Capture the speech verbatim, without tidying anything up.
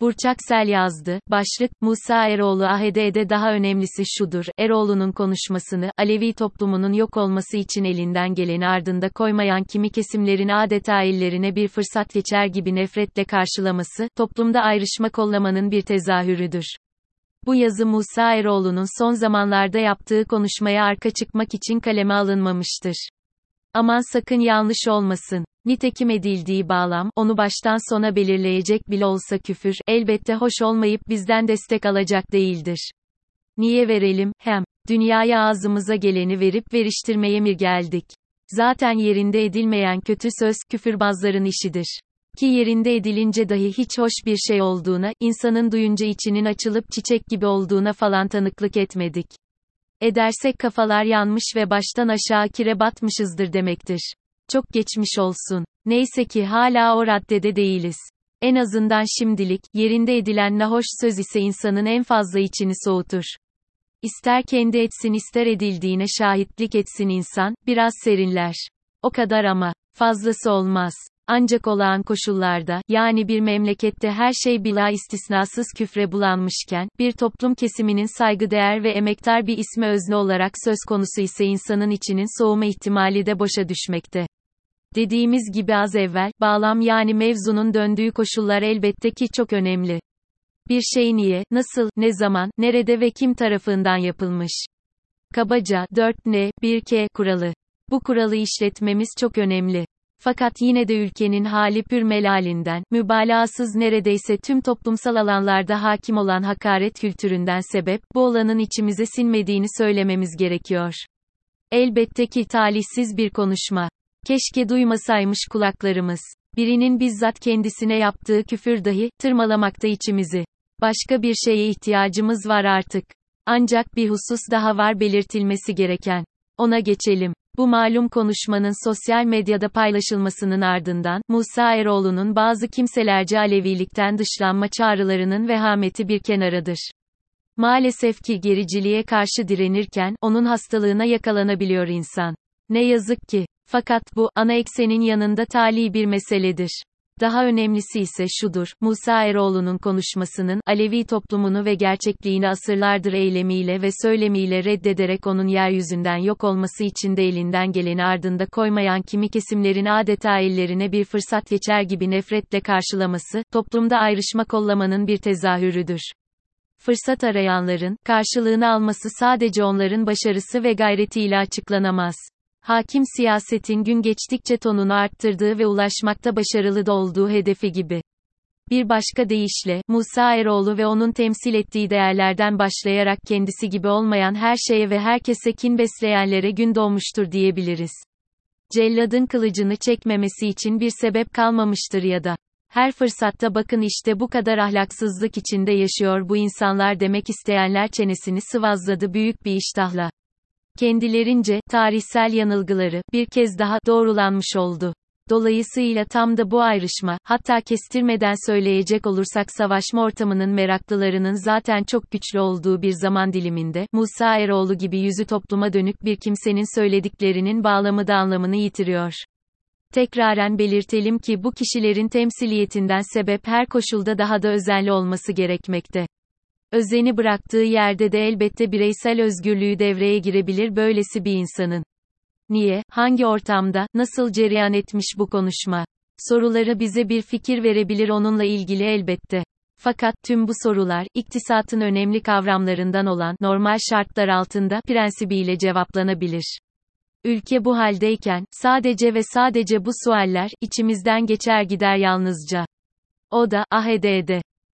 Burçaksel yazdı. Başlık, Musa Eroğlu A H D'de daha önemlisi şudur, Eroğlu'nun konuşmasını, Alevi toplumunun yok olması için elinden geleni ardında koymayan kimi kesimlerin adeta ellerine bir fırsat geçer gibi nefretle karşılaması, toplumda ayrışma kollamanın bir tezahürüdür. Bu yazı Musa Eroğlu'nun son zamanlarda yaptığı konuşmaya arka çıkmak için kaleme alınmamıştır. Aman sakın yanlış olmasın. Nitekim edildiği bağlam, onu baştan sona belirleyecek bile olsa küfür, elbette hoş olmayıp bizden destek alacak değildir. Niye verelim, hem, dünyaya ağzımıza geleni verip veriştirmeye mi geldik? Zaten yerinde edilmeyen kötü söz, küfürbazların işidir. Ki yerinde edilince dahi hiç hoş bir şey olduğuna, insanın duyunca içinin açılıp çiçek gibi olduğuna falan tanıklık etmedik. Edersek kafalar yanmış ve baştan aşağı kire batmışızdır demektir. Çok geçmiş olsun. Neyse ki hala o raddede değiliz. En azından şimdilik, yerinde edilen nahoş söz ise insanın en fazla içini soğutur. İster kendi etsin ister edildiğine şahitlik etsin insan, biraz serinler. O kadar ama, fazlası olmaz. Ancak olağan koşullarda, yani bir memlekette her şey bila istisnasız küfre bulanmışken, bir toplum kesiminin saygıdeğer ve emektar bir isme özne olarak söz konusu ise insanın içinin soğuma ihtimali de boşa düşmekte. Dediğimiz gibi az evvel, bağlam yani mevzunun döndüğü koşullar elbette ki çok önemli. Bir şey niye, nasıl, ne zaman, nerede ve kim tarafından yapılmış? Kabaca, dört N, bir K kuralı. Bu kuralı işletmemiz çok önemli. Fakat yine de ülkenin hali pür melalinden, mübalağasız neredeyse tüm toplumsal alanlarda hakim olan hakaret kültüründen sebep, bu olanın içimize sinmediğini söylememiz gerekiyor. Elbette ki talihsiz bir konuşma. Keşke duymasaymış kulaklarımız. Birinin bizzat kendisine yaptığı küfür dahi, tırmalamakta içimizi. Başka bir şeye ihtiyacımız var artık. Ancak bir husus daha var belirtilmesi gereken. Ona geçelim. Bu malum konuşmanın sosyal medyada paylaşılmasının ardından, Musa Eroğlu'nun bazı kimselerce Alevilikten dışlanma çağrılarının vehameti bir kenaradır. Maalesef ki gericiliğe karşı direnirken, onun hastalığına yakalanabiliyor insan. Ne yazık ki. Fakat bu, ana eksenin yanında tali bir meseledir. Daha önemlisi ise şudur, Musa Eroğlu'nun konuşmasının, Alevi toplumunu ve gerçekliğini asırlardır eylemiyle ve söylemiyle reddederek onun yeryüzünden yok olması için de elinden geleni ardında koymayan kimi kesimlerin adeta ellerine bir fırsat geçer gibi nefretle karşılaması, toplumda ayrışma kollamanın bir tezahürüdür. Fırsat arayanların, karşılığını alması sadece onların başarısı ve gayretiyle açıklanamaz. Hakim siyasetin gün geçtikçe tonunu arttırdığı ve ulaşmakta başarılı da olduğu hedefi gibi. Bir başka deyişle, Musa Eroğlu ve onun temsil ettiği değerlerden başlayarak kendisi gibi olmayan her şeye ve herkese kin besleyenlere gün doğmuştur diyebiliriz. Celladın kılıcını çekmemesi için bir sebep kalmamıştır ya da. Her fırsatta bakın işte bu kadar ahlaksızlık içinde yaşıyor bu insanlar demek isteyenler çenesini sıvazladı büyük bir iştahla. Kendilerince, tarihsel yanılgıları, bir kez daha, doğrulanmış oldu. Dolayısıyla tam da bu ayrışma, hatta kestirmeden söyleyecek olursak savaşma ortamının meraklılarının zaten çok güçlü olduğu bir zaman diliminde, Musa Eroğlu gibi yüzü topluma dönük bir kimsenin söylediklerinin bağlamı da anlamını yitiriyor. Tekraren belirtelim ki bu kişilerin temsiliyetinden sebep her koşulda daha da özenli olması gerekmekte. Özeni bıraktığı yerde de elbette bireysel özgürlüğü devreye girebilir böylesi bir insanın. Niye, hangi ortamda, nasıl cereyan etmiş bu konuşma? Soruları bize bir fikir verebilir onunla ilgili elbette. Fakat tüm bu sorular, iktisatın önemli kavramlarından olan normal şartlar altında prensibiyle cevaplanabilir. Ülke bu haldeyken, sadece ve sadece bu sualler, içimizden geçer gider yalnızca. O da, A H D'de.